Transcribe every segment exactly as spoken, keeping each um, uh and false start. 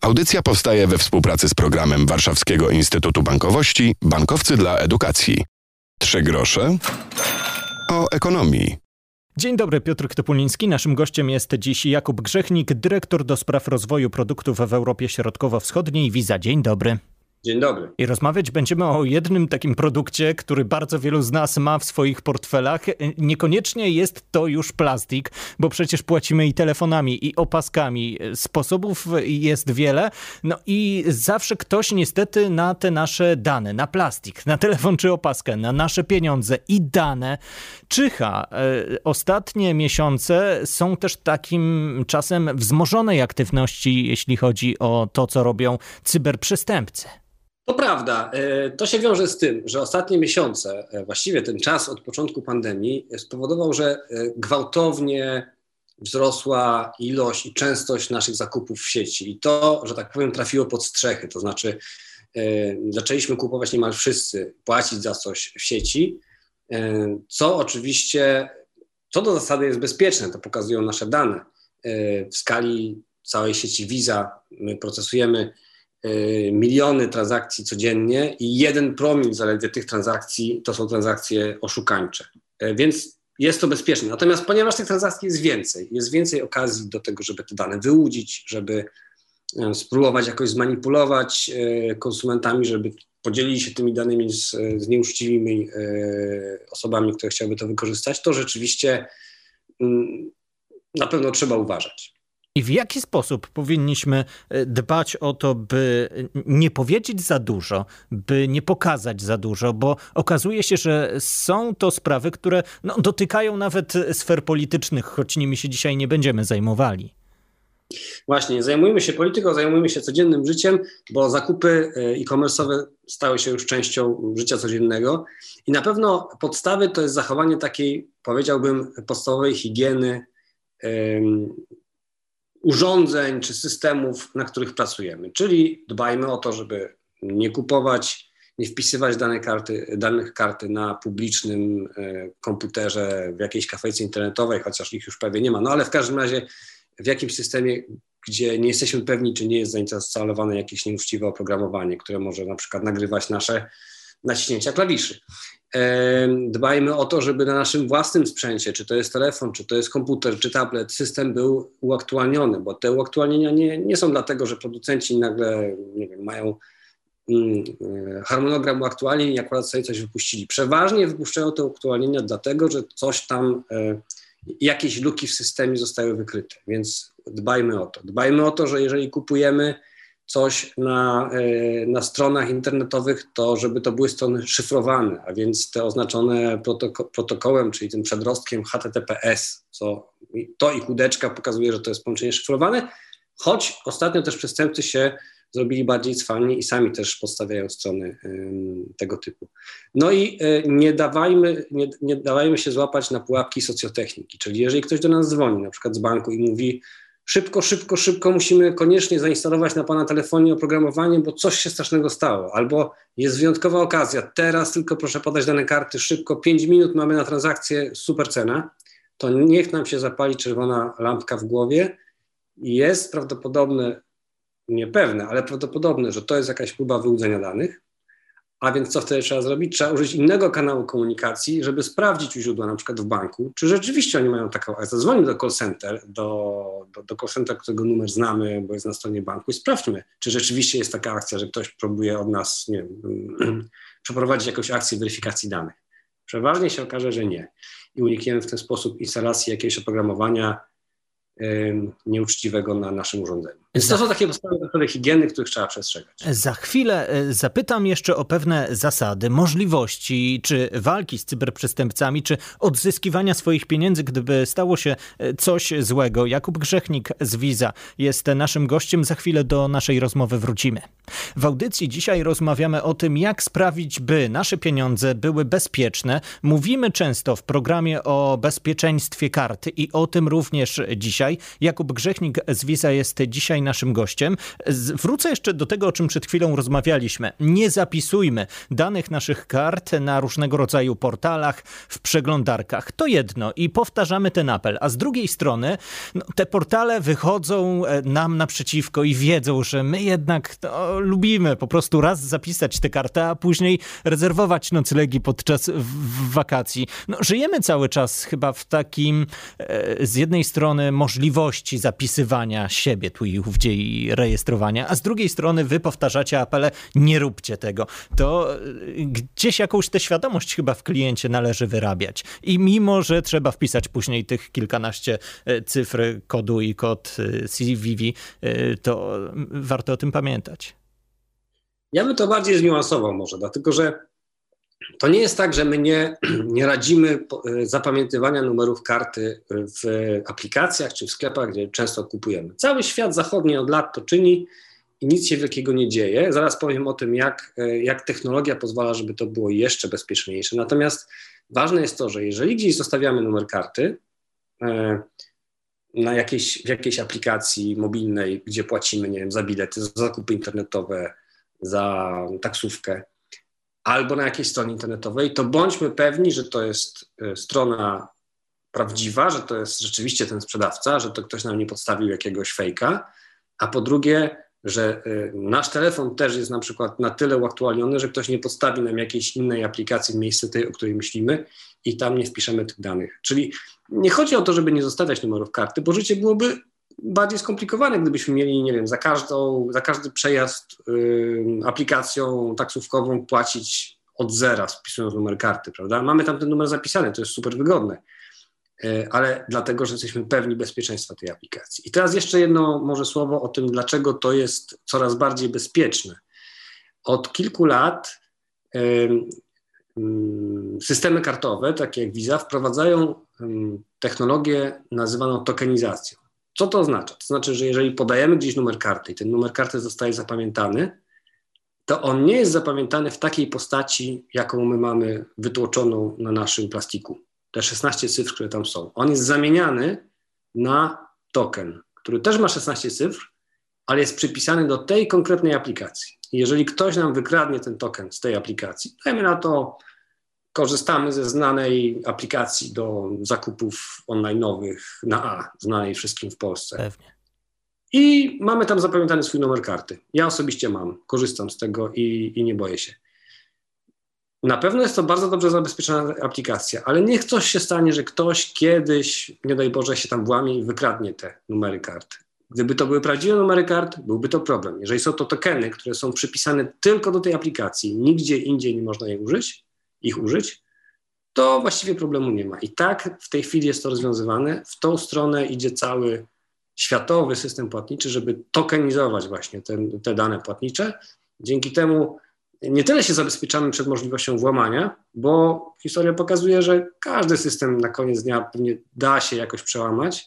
Audycja powstaje we współpracy z programem Warszawskiego Instytutu Bankowości Bankowcy dla Edukacji. Trzy grosze o ekonomii. Dzień dobry, Piotr Topuliński. Naszym gościem jest dziś Jakub Grzechnik, dyrektor do spraw rozwoju produktów w Europie Środkowo-Wschodniej. Visa, dzień dobry. Dzień dobry. I rozmawiać będziemy o jednym takim produkcie, który bardzo wielu z nas ma w swoich portfelach. Niekoniecznie jest to już plastik, bo przecież płacimy i telefonami, i opaskami. Sposobów jest wiele. No i zawsze ktoś niestety na te nasze dane, na plastik, na telefon czy opaskę, na nasze pieniądze i dane czyha. Ostatnie miesiące są też takim czasem wzmożonej aktywności, jeśli chodzi o to, co robią cyberprzestępcy. To prawda. To się wiąże z tym, że ostatnie miesiące, właściwie ten czas od początku pandemii spowodował, że gwałtownie wzrosła ilość i częstość naszych zakupów w sieci. I to, że tak powiem, trafiło pod strzechy. To znaczy zaczęliśmy kupować niemal wszyscy, płacić za coś w sieci, co oczywiście co do zasady jest bezpieczne. To pokazują nasze dane. W skali całej sieci Visa my procesujemy miliony transakcji codziennie i jeden promil zaledwie tych transakcji to są transakcje oszukańcze. Więc jest to bezpieczne. Natomiast ponieważ tych transakcji jest więcej, jest więcej okazji do tego, żeby te dane wyłudzić, żeby spróbować jakoś zmanipulować konsumentami, żeby podzielili się tymi danymi z, z nieuczciwymi osobami, które chciałyby to wykorzystać, to rzeczywiście na pewno trzeba uważać. I w jaki sposób powinniśmy dbać o to, by nie powiedzieć za dużo, by nie pokazać za dużo, bo okazuje się, że są to sprawy, które no, dotykają nawet sfer politycznych, choć nimi się dzisiaj nie będziemy zajmowali. Właśnie, nie zajmujmy się polityką, zajmujmy się codziennym życiem, bo zakupy e-commerce'owe stały się już częścią życia codziennego i na pewno podstawy to jest zachowanie takiej, powiedziałbym, podstawowej higieny ym, urządzeń czy systemów, na których pracujemy. Czyli dbajmy o to, żeby nie kupować, nie wpisywać danej karty, danych karty na publicznym e, komputerze w jakiejś kafejce internetowej, chociaż ich już prawie nie ma. No ale w każdym razie w jakimś systemie, gdzie nie jesteśmy pewni, czy nie jest zainstalowane jakieś nieuczciwe oprogramowanie, które może na przykład nagrywać nasze naciśnięcia klawiszy. Dbajmy o to, żeby na naszym własnym sprzęcie, czy to jest telefon, czy to jest komputer, czy tablet, system był uaktualniony, bo te uaktualnienia nie, nie są dlatego, że producenci nagle nie wiem, mają mm, harmonogram uaktualnień i akurat sobie coś wypuścili. Przeważnie wypuszczają te uaktualnienia dlatego, że coś tam, e, jakieś luki w systemie zostały wykryte, więc dbajmy o to. Dbajmy o to, że jeżeli kupujemy coś na, na stronach internetowych, to żeby to były strony szyfrowane, a więc te oznaczone protoko- protokołem, czyli tym przedrostkiem H T T P S, co to i chudeczka pokazuje, że to jest połączenie szyfrowane, choć ostatnio też przestępcy się zrobili bardziej cwani i sami też podstawiają strony ym, tego typu. No i y, nie, dawajmy, nie, nie dawajmy się złapać na pułapki socjotechniki, czyli jeżeli ktoś do nas dzwoni, na przykład z banku i mówi: Szybko, szybko, szybko musimy koniecznie zainstalować na pana telefonie oprogramowanie, bo coś się strasznego stało. Albo jest wyjątkowa okazja, teraz tylko proszę podać dane karty, szybko, pięć minut mamy na transakcję, super cena. To niech nam się zapali czerwona lampka w głowie i jest prawdopodobne, niepewne, ale prawdopodobne, że to jest jakaś próba wyłudzenia danych. A więc co wtedy trzeba zrobić? Trzeba użyć innego kanału komunikacji, żeby sprawdzić u źródła, na przykład w banku, czy rzeczywiście oni mają taką akcję. Zadzwońmy do call center, do, do, do call center, którego numer znamy, bo jest na stronie banku i sprawdźmy, czy rzeczywiście jest taka akcja, że ktoś próbuje od nas, nie wiem, przeprowadzić jakąś akcję weryfikacji danych. Przeważnie się okaże, że nie. I unikniemy w ten sposób instalacji jakiegoś oprogramowania nieuczciwego na naszym urządzeniu. Więc to są takie podstawowe higieny, których trzeba przestrzegać. Za chwilę zapytam jeszcze o pewne zasady, możliwości czy walki z cyberprzestępcami, czy odzyskiwania swoich pieniędzy, gdyby stało się coś złego. Jakub Grzechnik z Visa jest naszym gościem. Za chwilę do naszej rozmowy wrócimy. W audycji dzisiaj rozmawiamy o tym, jak sprawić, by nasze pieniądze były bezpieczne. Mówimy często w programie o bezpieczeństwie karty i o tym również dzisiaj. Jakub Grzechnik z Visa jest dzisiaj naszym gościem. Wrócę jeszcze do tego, o czym przed chwilą rozmawialiśmy. Nie zapisujmy danych naszych kart na różnego rodzaju portalach, w przeglądarkach. To jedno i powtarzamy ten apel. A z drugiej strony no, te portale wychodzą nam naprzeciwko i wiedzą, że my jednak no, lubimy po prostu raz zapisać tę kartę, a później rezerwować noclegi podczas w- wakacji. No, żyjemy cały czas chyba w takim e, z jednej strony możliwości zapisywania siebie tu i ówdzie i rejestrowania, a z drugiej strony wy powtarzacie apele, nie róbcie tego. To e, gdzieś jakąś tę świadomość chyba w kliencie należy wyrabiać. I mimo, że trzeba wpisać później tych kilkanaście e, cyfr kodu i kod e, C V V, e, to warto o tym pamiętać. Ja bym to bardziej zniuansował może, dlatego że to nie jest tak, że my nie, nie radzimy zapamiętywania numerów karty w aplikacjach czy w sklepach, gdzie często kupujemy. Cały świat zachodni od lat to czyni i nic się wielkiego nie dzieje. Zaraz powiem o tym, jak, jak technologia pozwala, żeby to było jeszcze bezpieczniejsze. Natomiast ważne jest to, że jeżeli gdzieś zostawiamy numer karty na jakiejś, w jakiejś aplikacji mobilnej, gdzie płacimy, nie wiem, za bilety, za zakupy internetowe, za taksówkę, albo na jakiejś stronie internetowej, to bądźmy pewni, że to jest strona prawdziwa, że to jest rzeczywiście ten sprzedawca, że to ktoś nam nie podstawił jakiegoś fejka, a po drugie, że nasz telefon też jest na przykład na tyle uaktualniony, że ktoś nie podstawi nam jakiejś innej aplikacji w miejsce tej, o której myślimy i tam nie wpiszemy tych danych. Czyli nie chodzi o to, żeby nie zostawiać numerów karty, bo życie byłoby bardziej skomplikowane, gdybyśmy mieli, nie wiem, za, każdą, za każdy przejazd y, aplikacją taksówkową płacić od zera, wpisując numer karty, prawda? Mamy tam ten numer zapisany, to jest super wygodne, y, ale dlatego, że jesteśmy pewni bezpieczeństwa tej aplikacji. I teraz jeszcze jedno może słowo o tym, dlaczego to jest coraz bardziej bezpieczne. Od kilku lat y, y, systemy kartowe, takie jak Visa, wprowadzają y, technologię nazywaną tokenizacją. Co to oznacza? To znaczy, że jeżeli podajemy gdzieś numer karty i ten numer karty zostaje zapamiętany, to on nie jest zapamiętany w takiej postaci, jaką my mamy wytłoczoną na naszym plastiku. Te szesnaście cyfr, które tam są. On jest zamieniany na token, który też ma szesnaście cyfr, ale jest przypisany do tej konkretnej aplikacji. I jeżeli ktoś nam wykradnie ten token z tej aplikacji, dajmy na to, korzystamy ze znanej aplikacji do zakupów online'owych na A, znanej wszystkim w Polsce. Pewnie. I mamy tam zapamiętany swój numer karty. Ja osobiście mam, korzystam z tego i, i nie boję się. Na pewno jest to bardzo dobrze zabezpieczona aplikacja, ale niech coś się stanie, że ktoś kiedyś, nie daj Boże, się tam włamie i wykradnie te numery kart. Gdyby to były prawdziwe numery kart, byłby to problem. Jeżeli są to tokeny, które są przypisane tylko do tej aplikacji, nigdzie indziej nie można je użyć, ich użyć, to właściwie problemu nie ma. I tak w tej chwili jest to rozwiązywane. W tą stronę idzie cały światowy system płatniczy, żeby tokenizować właśnie te, te dane płatnicze. Dzięki temu nie tyle się zabezpieczamy przed możliwością włamania, bo historia pokazuje, że każdy system na koniec dnia pewnie da się jakoś przełamać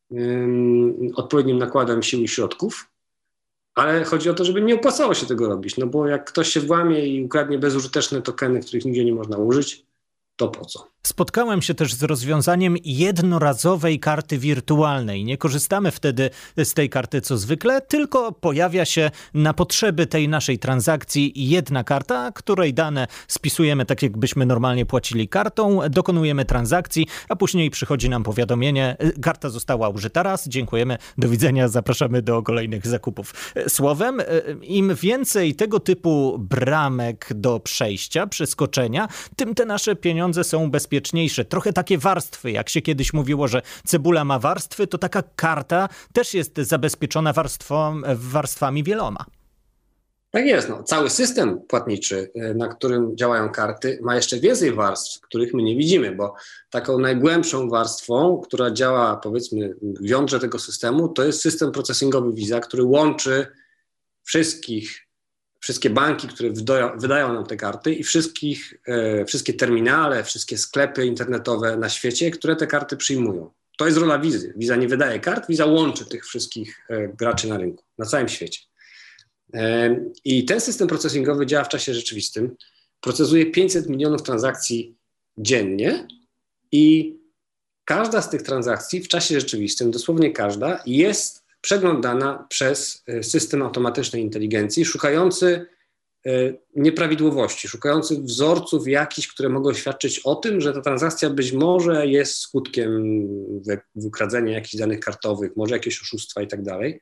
um, odpowiednim nakładem sił i środków, ale chodzi o to, żeby nie opłacało się tego robić, no bo jak ktoś się włamie i ukradnie bezużyteczne tokeny, których nigdzie nie można użyć, to po co? Spotkałem się też z rozwiązaniem jednorazowej karty wirtualnej. Nie korzystamy wtedy z tej karty co zwykle, tylko pojawia się na potrzeby tej naszej transakcji jedna karta, której dane spisujemy tak, jakbyśmy normalnie płacili kartą, dokonujemy transakcji, a później przychodzi nam powiadomienie, karta została użyta raz, dziękujemy, do widzenia, zapraszamy do kolejnych zakupów. Słowem, im więcej tego typu bramek do przejścia, przeskoczenia, tym te nasze pieniądze są bezpieczniejsze. Trochę takie warstwy, jak się kiedyś mówiło, że cebula ma warstwy, to taka karta też jest zabezpieczona warstwą, warstwami wieloma. Tak jest. No. Cały system płatniczy, na którym działają karty, ma jeszcze więcej warstw, których my nie widzimy, bo taką najgłębszą warstwą, która działa, powiedzmy, w jądrze tego systemu, to jest system procesingowy Visa, który łączy wszystkich wszystkie banki, które wydają, wydają nam te karty i wszystkich, e, wszystkie terminale, wszystkie sklepy internetowe na świecie, które te karty przyjmują. To jest rola Vizy. Visa nie wydaje kart, Visa łączy tych wszystkich e, graczy na rynku, na całym świecie. E, I ten system procesingowy działa w czasie rzeczywistym. Procesuje pięćset milionów transakcji dziennie i każda z tych transakcji w czasie rzeczywistym, dosłownie każda, jest przeglądana przez system automatycznej inteligencji, szukający nieprawidłowości, szukający wzorców jakichś, które mogą świadczyć o tym, że ta transakcja być może jest skutkiem wykradzenia jakichś danych kartowych, może jakiegoś oszustwa i tak dalej.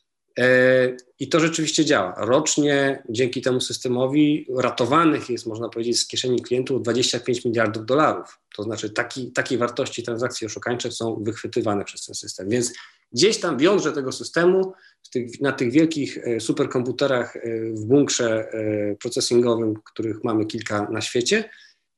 I to rzeczywiście działa. Rocznie dzięki temu systemowi ratowanych jest, można powiedzieć, z kieszeni klientów dwadzieścia pięć miliardów dolarów. To znaczy taki, takiej wartości transakcji oszukańczych są wychwytywane przez ten system. Więc gdzieś tam w jądrze tego systemu, w tych, na tych wielkich superkomputerach w bunkrze procesingowym, których mamy kilka na świecie,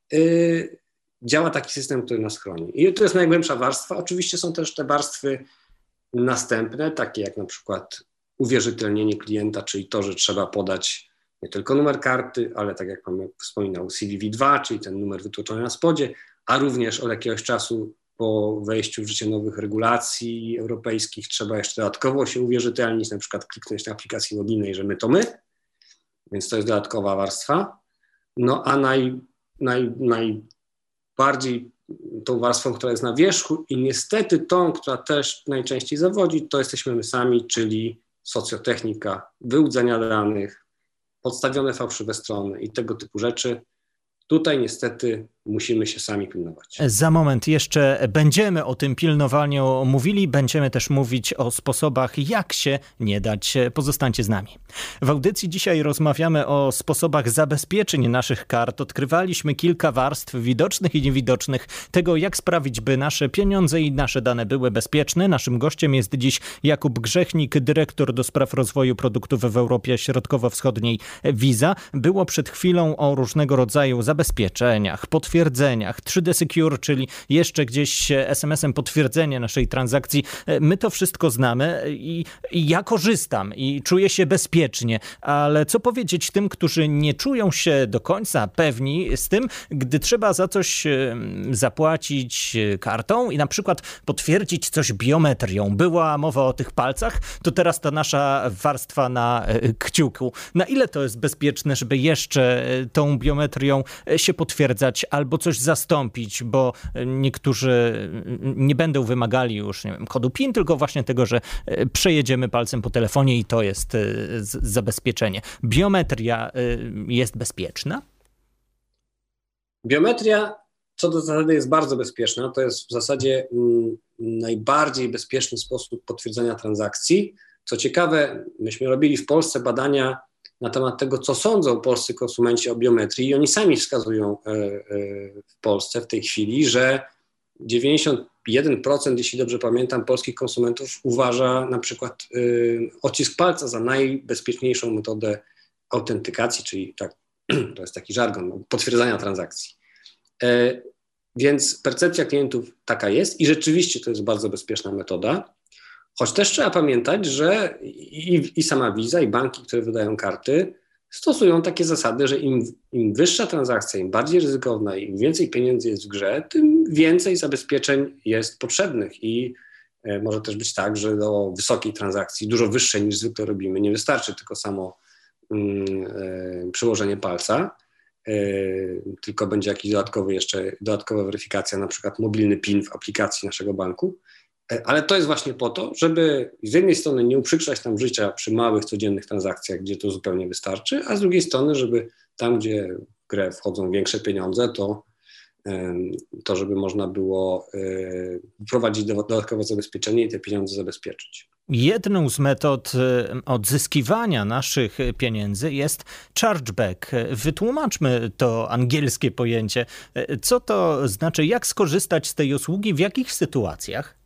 działa taki system, który nas chroni. I to jest najgłębsza warstwa. Oczywiście są też te warstwy następne, takie jak na przykład uwierzytelnienie klienta, czyli to, że trzeba podać nie tylko numer karty, ale tak jak pan wspominał, C V V dwa, czyli ten numer wytłoczony na spodzie, a również od jakiegoś czasu po wejściu w życie nowych regulacji europejskich trzeba jeszcze dodatkowo się uwierzytelnić, na przykład kliknąć na aplikacji mobilnej, że my to my, więc to jest dodatkowa warstwa. No a naj, naj, najbardziej tą warstwą, która jest na wierzchu i niestety tą, która też najczęściej zawodzi, to jesteśmy my sami, czyli socjotechnika, wyłudzenia danych, podstawione fałszywe strony i tego typu rzeczy. Tutaj niestety musimy się sami pilnować. Za moment jeszcze będziemy o tym pilnowaniu mówili, będziemy też mówić o sposobach, jak się nie dać. Pozostańcie z nami. W audycji dzisiaj rozmawiamy o sposobach zabezpieczeń naszych kart. Odkrywaliśmy kilka warstw widocznych i niewidocznych tego, jak sprawić, by nasze pieniądze i nasze dane były bezpieczne. Naszym gościem jest dziś Jakub Grzechnik, dyrektor do spraw rozwoju produktów w Europie Środkowo-Wschodniej Visa. Było przed chwilą o różnego rodzaju zabezpieczeniach, potwierdzeniach, trzy D Secure, czyli jeszcze gdzieś es em esem potwierdzenie naszej transakcji. My to wszystko znamy i, i ja korzystam i czuję się bezpiecznie, ale co powiedzieć tym, którzy nie czują się do końca pewni z tym, gdy trzeba za coś zapłacić kartą i na przykład potwierdzić coś biometrią. Była mowa o tych palcach, to teraz ta nasza warstwa na kciuku. Na ile to jest bezpieczne, żeby jeszcze tą biometrią się potwierdzać albo coś zastąpić, bo niektórzy nie będą wymagali już, nie wiem, kodu PIN, tylko właśnie tego, że przejedziemy palcem po telefonie i to jest zabezpieczenie. Biometria jest bezpieczna? Biometria co do zasady jest bardzo bezpieczna. To jest w zasadzie najbardziej bezpieczny sposób potwierdzenia transakcji. Co ciekawe, myśmy robili w Polsce badania na temat tego, co sądzą polscy konsumenci o biometrii i oni sami wskazują w Polsce w tej chwili, że dziewięćdziesiąt jeden procent, jeśli dobrze pamiętam, polskich konsumentów uważa na przykład odcisk palca za najbezpieczniejszą metodę autentykacji, czyli tak, to jest taki żargon, potwierdzania transakcji. Więc percepcja klientów taka jest i rzeczywiście to jest bardzo bezpieczna metoda. Choć też trzeba pamiętać, że i, i sama Visa, i banki, które wydają karty, stosują takie zasady, że im, im wyższa transakcja, im bardziej ryzykowna, im więcej pieniędzy jest w grze, tym więcej zabezpieczeń jest potrzebnych. I e, może też być tak, że do wysokiej transakcji, dużo wyższej niż zwykle robimy, nie wystarczy tylko samo mm, e, przyłożenie palca, e, tylko będzie jakiś dodatkowy jeszcze, dodatkowa weryfikacja, na przykład mobilny PIN w aplikacji naszego banku. Ale to jest właśnie po to, żeby z jednej strony nie uprzykrzać nam życia przy małych, codziennych transakcjach, gdzie to zupełnie wystarczy, a z drugiej strony, żeby tam, gdzie w grę wchodzą większe pieniądze, to, to żeby można było wprowadzić dodatkowe zabezpieczenie i te pieniądze zabezpieczyć. Jedną z metod odzyskiwania naszych pieniędzy jest chargeback. Wytłumaczmy to angielskie pojęcie. Co to znaczy, jak skorzystać z tej usługi, w jakich sytuacjach?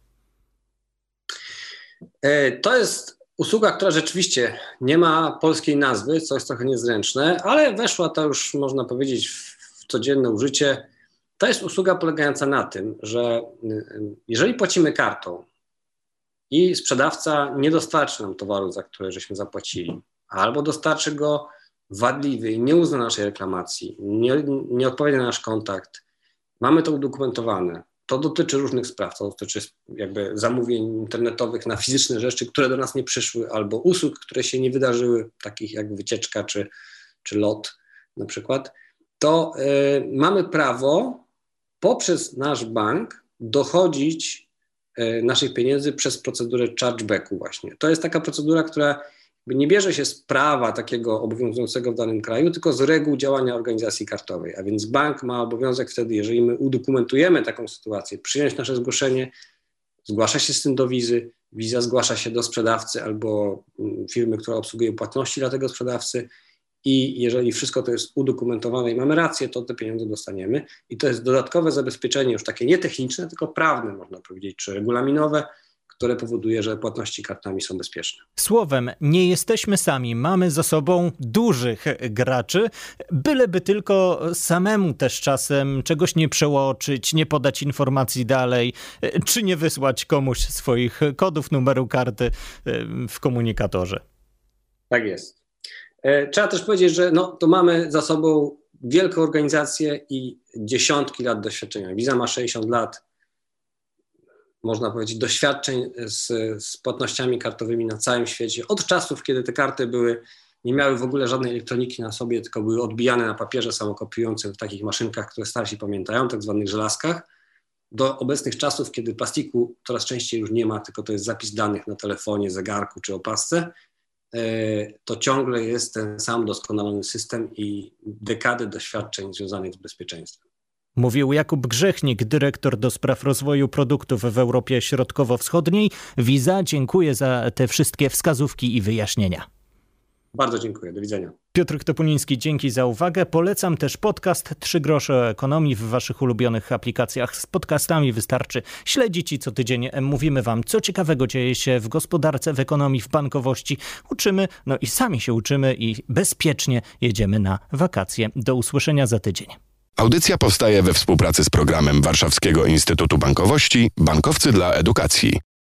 To jest usługa, która rzeczywiście nie ma polskiej nazwy, co jest trochę niezręczne, ale weszła to już, można powiedzieć, w codzienne użycie. To jest usługa polegająca na tym, że jeżeli płacimy kartą i sprzedawca nie dostarczy nam towaru, za który żeśmy zapłacili, albo dostarczy go wadliwy i nie uzna naszej reklamacji, nie, nie odpowie na nasz kontakt, mamy to udokumentowane. To dotyczy różnych spraw, to dotyczy jakby zamówień internetowych na fizyczne rzeczy, które do nas nie przyszły, albo usług, które się nie wydarzyły, takich jak wycieczka czy, czy lot na przykład, to y, mamy prawo poprzez nasz bank dochodzić naszych pieniędzy przez procedurę chargebacku właśnie. To jest taka procedura, która nie bierze się z prawa takiego obowiązującego w danym kraju, tylko z reguł działania organizacji kartowej. A więc bank ma obowiązek wtedy, jeżeli my udokumentujemy taką sytuację, przyjąć nasze zgłoszenie, zgłasza się z tym do Wizy, Wiza zgłasza się do sprzedawcy albo firmy, która obsługuje płatności dla tego sprzedawcy i jeżeli wszystko to jest udokumentowane i mamy rację, to te pieniądze dostaniemy. I to jest dodatkowe zabezpieczenie, już takie nie techniczne, tylko prawne, można powiedzieć, czy regulaminowe, które powoduje, że płatności kartami są bezpieczne. Słowem, nie jesteśmy sami, mamy za sobą dużych graczy, byleby tylko samemu też czasem czegoś nie przełoczyć, nie podać informacji dalej, czy nie wysłać komuś swoich kodów, numeru karty w komunikatorze. Tak jest. Trzeba też powiedzieć, że no, to mamy za sobą wielką organizację i dziesiątki lat doświadczenia. Visa ma sześćdziesiąt lat, można powiedzieć, doświadczeń z, z płatnościami kartowymi na całym świecie. Od czasów, kiedy te karty były, nie miały w ogóle żadnej elektroniki na sobie, tylko były odbijane na papierze samokopiującym w takich maszynkach, które starsi pamiętają, tak zwanych żelazkach, do obecnych czasów, kiedy plastiku coraz częściej już nie ma, tylko to jest zapis danych na telefonie, zegarku czy opasce, to ciągle jest ten sam doskonalony system i dekady doświadczeń związanych z bezpieczeństwem. Mówił Jakub Grzechnik, dyrektor do spraw rozwoju produktów w Europie Środkowo-Wschodniej. Visa, dziękuję za te wszystkie wskazówki i wyjaśnienia. Bardzo dziękuję, do widzenia. Piotr Topuliński, dzięki za uwagę. Polecam też podcast Trzy grosze o ekonomii w waszych ulubionych aplikacjach. Z podcastami wystarczy śledzić i co tydzień mówimy wam, co ciekawego dzieje się w gospodarce, w ekonomii, w bankowości. Uczymy, no i sami się uczymy i bezpiecznie jedziemy na wakacje. Do usłyszenia za tydzień. Audycja powstaje we współpracy z programem Warszawskiego Instytutu Bankowości Bankowcy dla Edukacji.